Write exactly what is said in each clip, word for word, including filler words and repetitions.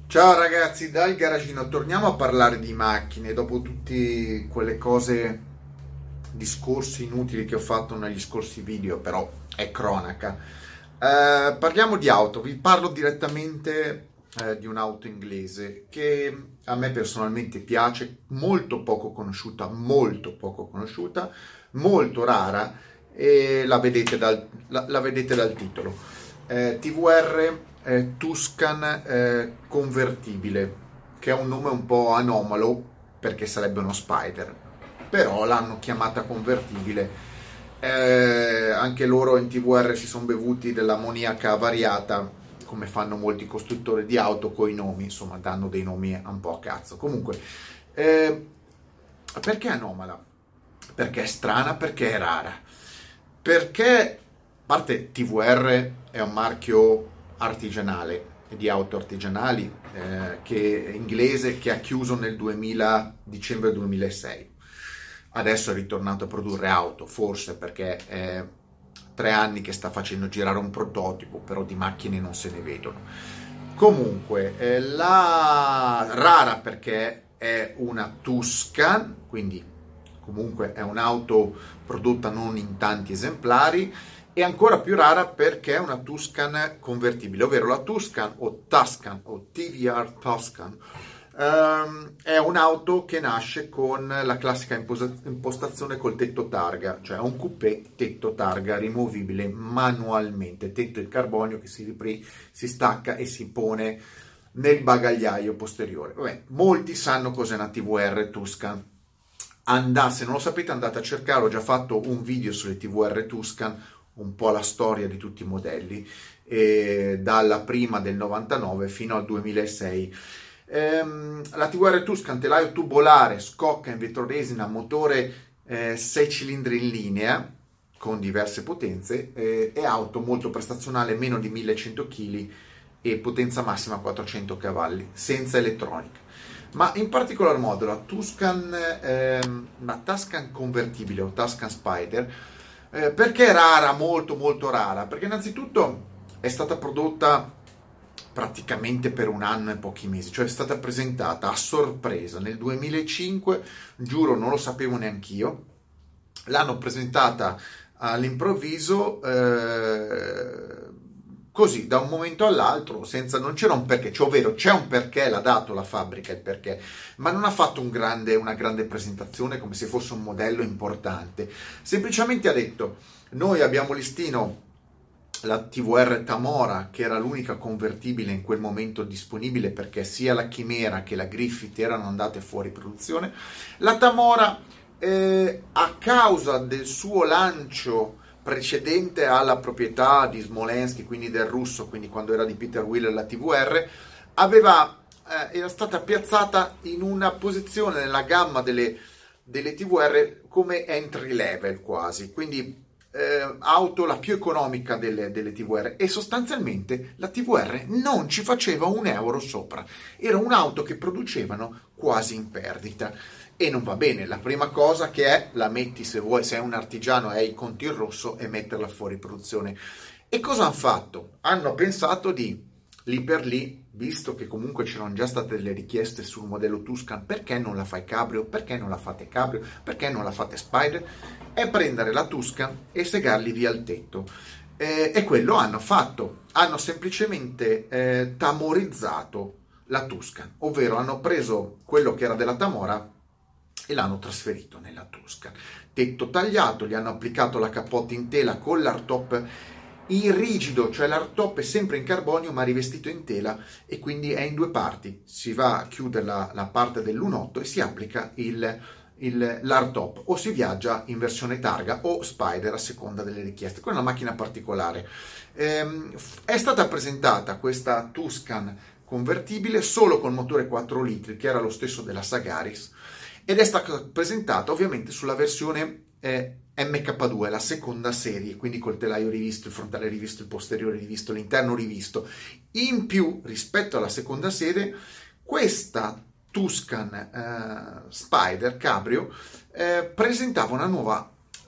Ciao ragazzi, dal garagino torniamo a parlare di macchine dopo tutte quelle cose, discorsi inutili che ho fatto negli scorsi video, però è cronaca. Eh, parliamo di auto, vi parlo direttamente eh, di un'auto inglese che a me personalmente piace, molto poco conosciuta, molto poco conosciuta, molto rara e la vedete dal, la, la vedete dal titolo. Eh, T V R eh, Tuscan eh, convertibile, che è un nome un po' anomalo perché sarebbe uno Spider, però l'hanno chiamata convertibile. Eh, anche loro in T V R si sono bevuti dell'ammoniaca variata, come fanno molti costruttori di auto coi nomi, insomma danno dei nomi un po' a cazzo. Comunque, eh, perché è anomala? Perché è strana, perché è rara, perché a parte T V R è un marchio artigianale, di auto artigianali, eh, che, inglese, che ha chiuso nel duemila, dicembre duemilasei. Adesso è ritornato a produrre auto, forse perché è tre anni che sta facendo girare un prototipo, però di macchine non se ne vedono. Comunque, eh, la rara perché è una Tuscan, quindi comunque è un'auto prodotta non in tanti esemplari, e ancora più rara perché è una Tuscan convertibile, ovvero la Tuscan o Tuscan o T V R Tuscan. Um, è un'auto che nasce con la classica impostazione col tetto targa, cioè un coupé tetto targa rimovibile manualmente, tetto in carbonio che si, ripre- si stacca e si pone nel bagagliaio posteriore. Vabbè, molti sanno cos'è una T V R Tuscan. Andà, se non lo sapete andate a cercare, ho già fatto un video sulle T V R Tuscan, un po' la storia di tutti i modelli, eh, dalla prima del novantanove fino al duemilasei. Ehm, la T V R Tuscan, telaio tubolare, scocca in vetroresina, motore eh, sei cilindri in linea con diverse potenze, eh, è auto molto prestazionale, meno di millecento chili e potenza massima quattrocento cavalli, senza elettronica. Ma in particolar modo la Tuscan, ehm, la Tuscan convertibile o Tuscan Spider, eh, perché è rara, molto molto rara? Perché innanzitutto è stata prodotta praticamente per un anno e pochi mesi, cioè è stata presentata a sorpresa nel duemilacinque, giuro non lo sapevo neanch'io, l'hanno presentata all'improvviso, eh, così da un momento all'altro, senza, non c'era un perché, cioè, ovvero c'è un perché, l'ha dato la fabbrica il perché, ma non ha fatto un grande, una grande presentazione come se fosse un modello importante, semplicemente ha detto noi abbiamo listino la T V R Tamora, che era l'unica convertibile in quel momento disponibile perché sia la Chimera che la Griffith erano andate fuori produzione. La Tamora, eh, a causa del suo lancio precedente alla proprietà di Smolensky, quindi del russo, quindi quando era di Peter Wheeler la T V R, aveva, eh, era stata piazzata in una posizione nella gamma delle, delle T V R come entry level quasi, quindi eh, auto la più economica delle, delle T V R, e sostanzialmente la T V R non ci faceva un euro sopra, era un'auto che producevano quasi in perdita. E non va bene, la prima cosa che è, la metti se vuoi, se è un artigiano, hai i conti in rosso e metterla fuori produzione. E cosa hanno fatto? Hanno pensato di, lì per lì, visto che comunque c'erano già state delle richieste sul modello Tuscan, perché non la fai cabrio, perché non la fate cabrio, perché non la fate Spider, e prendere la Tuscan e segarli via il tetto. Eh, e quello hanno fatto, hanno semplicemente eh, tamorizzato la Tuscan, ovvero hanno preso quello che era della Tamora e l'hanno trasferito nella Tuscan. Tetto tagliato, gli hanno applicato la cappotta in tela con l'hardtop in rigido, cioè l'hardtop è sempre in carbonio ma rivestito in tela e quindi è in due parti. Si va a chiudere la, la parte del lunotto e si applica il, il, l'hardtop, o si viaggia in versione targa o Spider a seconda delle richieste. Quella è una macchina particolare. Ehm, è stata presentata questa Tuscan convertibile solo col motore quattro litri, che era lo stesso della Sagaris, ed è stata presentata ovviamente sulla versione eh, M K due, la seconda serie, quindi col telaio rivisto, il frontale rivisto, il posteriore rivisto, l'interno rivisto. In più, rispetto alla seconda serie, questa Tuscan eh, Spider Cabrio eh, presentava una nuova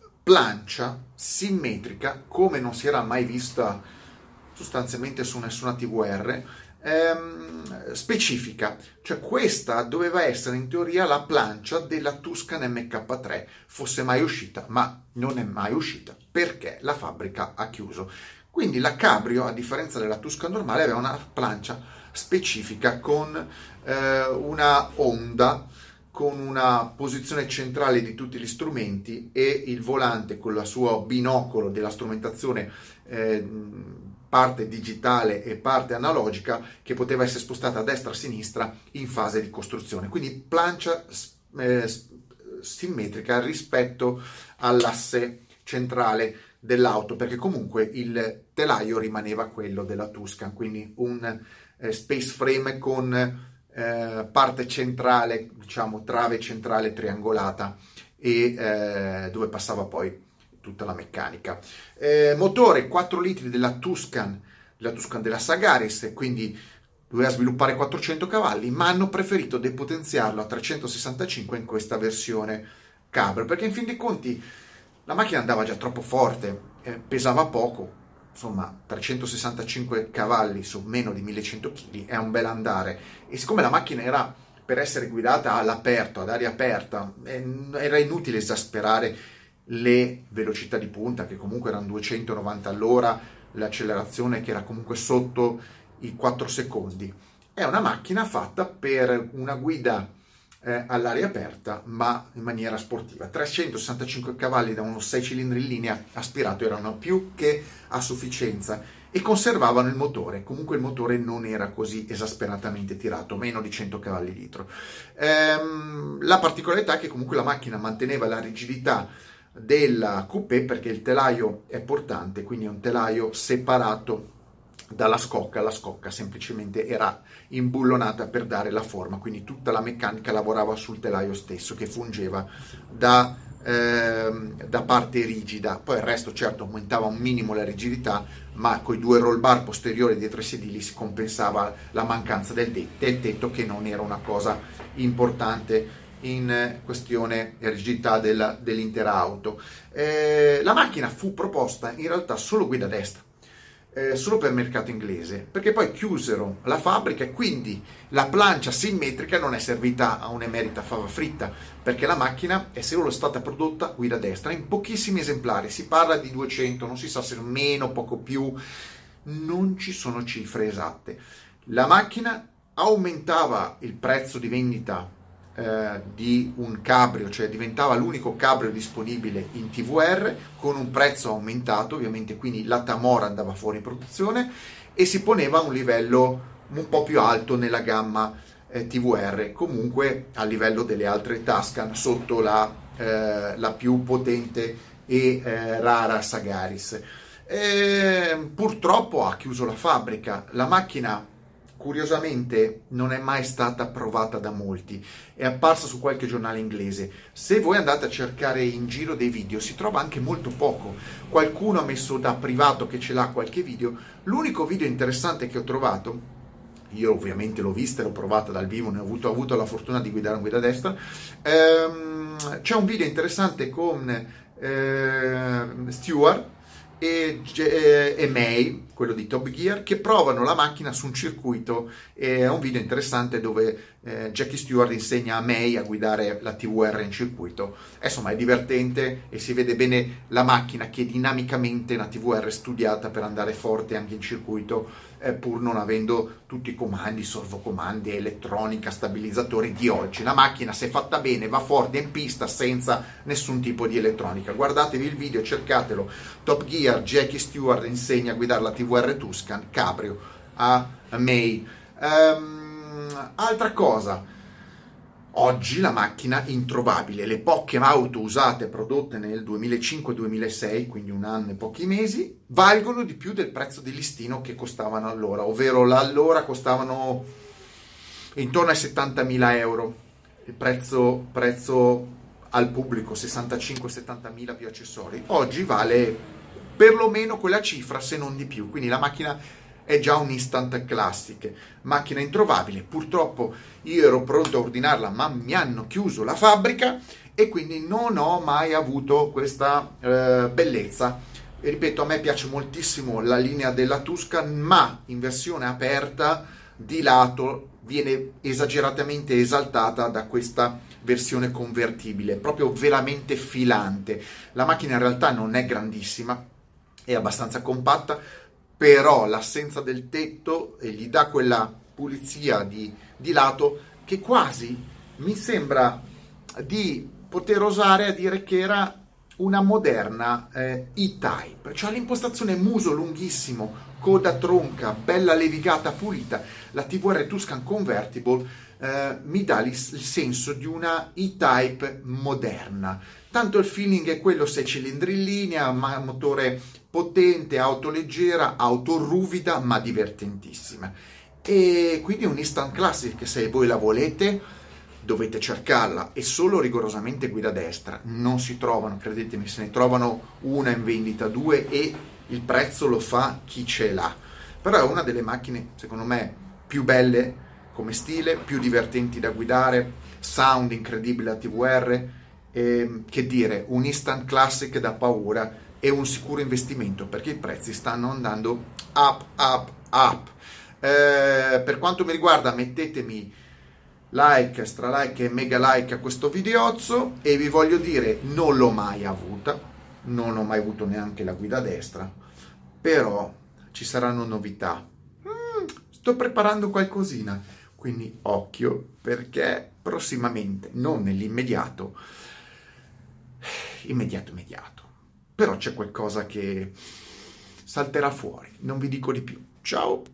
plancia simmetrica come non si era mai vista sostanzialmente su nessuna T V R, ehm, specifica, cioè questa doveva essere in teoria la plancia della Tuscan M K tre, fosse mai uscita, ma non è mai uscita perché la fabbrica ha chiuso. Quindi la Cabrio, a differenza della Tuscan normale, aveva una plancia specifica con eh, una onda, con una posizione centrale di tutti gli strumenti e il volante con il suo binocolo della strumentazione, eh, parte digitale e parte analogica, che poteva essere spostata a destra e a sinistra in fase di costruzione. Quindi plancia eh, simmetrica rispetto all'asse centrale dell'auto, perché comunque il telaio rimaneva quello della Tuscan, quindi un eh, space frame con eh, parte centrale, diciamo trave centrale triangolata, e eh, dove passava poi tutta la meccanica. Eh, motore quattro litri della Tuscan, della Tuscan della Sagaris, quindi doveva sviluppare quattrocento cavalli, ma hanno preferito depotenziarlo a trecentosessantacinque in questa versione Cabrio, perché in fin dei conti la macchina andava già troppo forte, eh, pesava poco, insomma trecentosessantacinque cavalli su meno di millecento chili è un bel andare, e siccome la macchina era per essere guidata all'aperto, ad aria aperta, eh, era inutile esasperare le velocità di punta, che comunque erano duecentonovanta all'ora, l'accelerazione che era comunque sotto i quattro secondi. È una macchina fatta per una guida eh, all'aria aperta, ma in maniera sportiva. trecentosessantacinque cavalli da uno sei cilindri in linea aspirato erano più che a sufficienza e conservavano il motore. Comunque il motore non era così esasperatamente tirato, meno di cento cavalli litro. Ehm, la particolarità è che comunque la macchina manteneva la rigidità della coupé, perché il telaio è portante, quindi è un telaio separato dalla scocca. La scocca semplicemente era imbullonata per dare la forma, quindi tutta la meccanica lavorava sul telaio stesso, che fungeva da, ehm, da parte rigida. Poi il resto certo aumentava un minimo la rigidità, ma con i due roll bar posteriori dietro i sedili si compensava la mancanza del, det- del tetto, che non era una cosa importante in questione rigidità della, dell'intera auto. Eh, la macchina fu proposta in realtà solo guida destra, eh, solo per il mercato inglese, perché poi chiusero la fabbrica e quindi la plancia simmetrica non è servita a un'emerita fava fritta, perché la macchina è solo stata prodotta guida destra in pochissimi esemplari. Si parla di duecento, non si sa se meno, poco più, non ci sono cifre esatte. La macchina aumentava il prezzo di vendita Eh, di un Cabrio, cioè diventava l'unico Cabrio disponibile in T V R con un prezzo aumentato, ovviamente, quindi la Tamora andava fuori produzione e si poneva a un livello un po' più alto nella gamma eh, T V R, comunque a livello delle altre Tuscan, sotto la, eh, la più potente e eh, rara Sagaris. E, purtroppo ha chiuso la fabbrica. La macchina curiosamente non è mai stata provata da molti, è apparsa su qualche giornale inglese. Se voi andate a cercare in giro dei video si trova anche molto poco. Qualcuno ha messo da privato che ce l'ha qualche video. L'unico video interessante che ho trovato, io ovviamente l'ho vista e l'ho provata dal vivo, ne ho avuto, ho avuto la fortuna di guidare un guida destra, ehm, c'è un video interessante con eh, Stewart E, e May, quello di Top Gear, che provano la macchina su un circuito. È un video interessante dove eh, Jackie Stewart insegna a May a guidare la T V R in circuito. Insomma, è divertente e si vede bene la macchina che dinamicamente è una T V R studiata per andare forte anche in circuito, eh, pur non avendo tutti i comandi, servocomandi, elettronica, stabilizzatori di oggi. La macchina, se fatta bene, va forte in pista senza nessun tipo di elettronica. Guardatevi il video, cercatelo. Top Gear, Jackie Stewart insegna a guidare la T V R Tuscan Cabrio a May. Um, altra cosa, oggi la macchina introvabile. Le poche auto usate prodotte nel duemilacinque duemilasei, quindi un anno e pochi mesi, valgono di più del prezzo di listino che costavano allora, ovvero allora costavano intorno ai settantamila euro, il prezzo, prezzo al pubblico, sessantacinque settantamila più accessori. Oggi vale perlomeno quella cifra, se non di più, quindi la macchina è già un instant classic, macchina introvabile. Purtroppo io ero pronto a ordinarla, ma mi hanno chiuso la fabbrica e quindi non ho mai avuto questa eh, bellezza. E ripeto, a me piace moltissimo la linea della Tuscan, ma in versione aperta di lato viene esageratamente esaltata da questa versione convertibile, proprio veramente filante. La macchina in realtà non è grandissima, è abbastanza compatta, però l'assenza del tetto gli dà quella pulizia di, di lato che quasi mi sembra di poter osare a dire che era una moderna eh, E-Type, cioè l'impostazione muso lunghissimo, coda tronca, bella levigata, pulita. La T V R Tuscan Convertible eh, mi dà il, il senso di una E-Type moderna. Tanto il feeling è quello, sei cilindri in linea, ma motore potente, auto leggera, auto ruvida ma divertentissima. E quindi un Instant Classic, se voi la volete dovete cercarla, è solo rigorosamente guida destra, non si trovano, credetemi, se ne trovano una in vendita, due, e il prezzo lo fa chi ce l'ha. Però è una delle macchine secondo me più belle come stile, più divertenti da guidare, sound incredibile a T V R, e, che dire, un Instant Classic da paura e un sicuro investimento, perché i prezzi stanno andando up, up, up. Eh, per quanto mi riguarda, mettetemi like, stra like e mega like a questo videozzo, e vi voglio dire, non l'ho mai avuta, non ho mai avuto neanche la guida destra, però ci saranno novità. Mm, sto preparando qualcosina, quindi occhio, perché prossimamente, non nell'immediato, immediato immediato, però c'è qualcosa che salterà fuori, non vi dico di più. Ciao!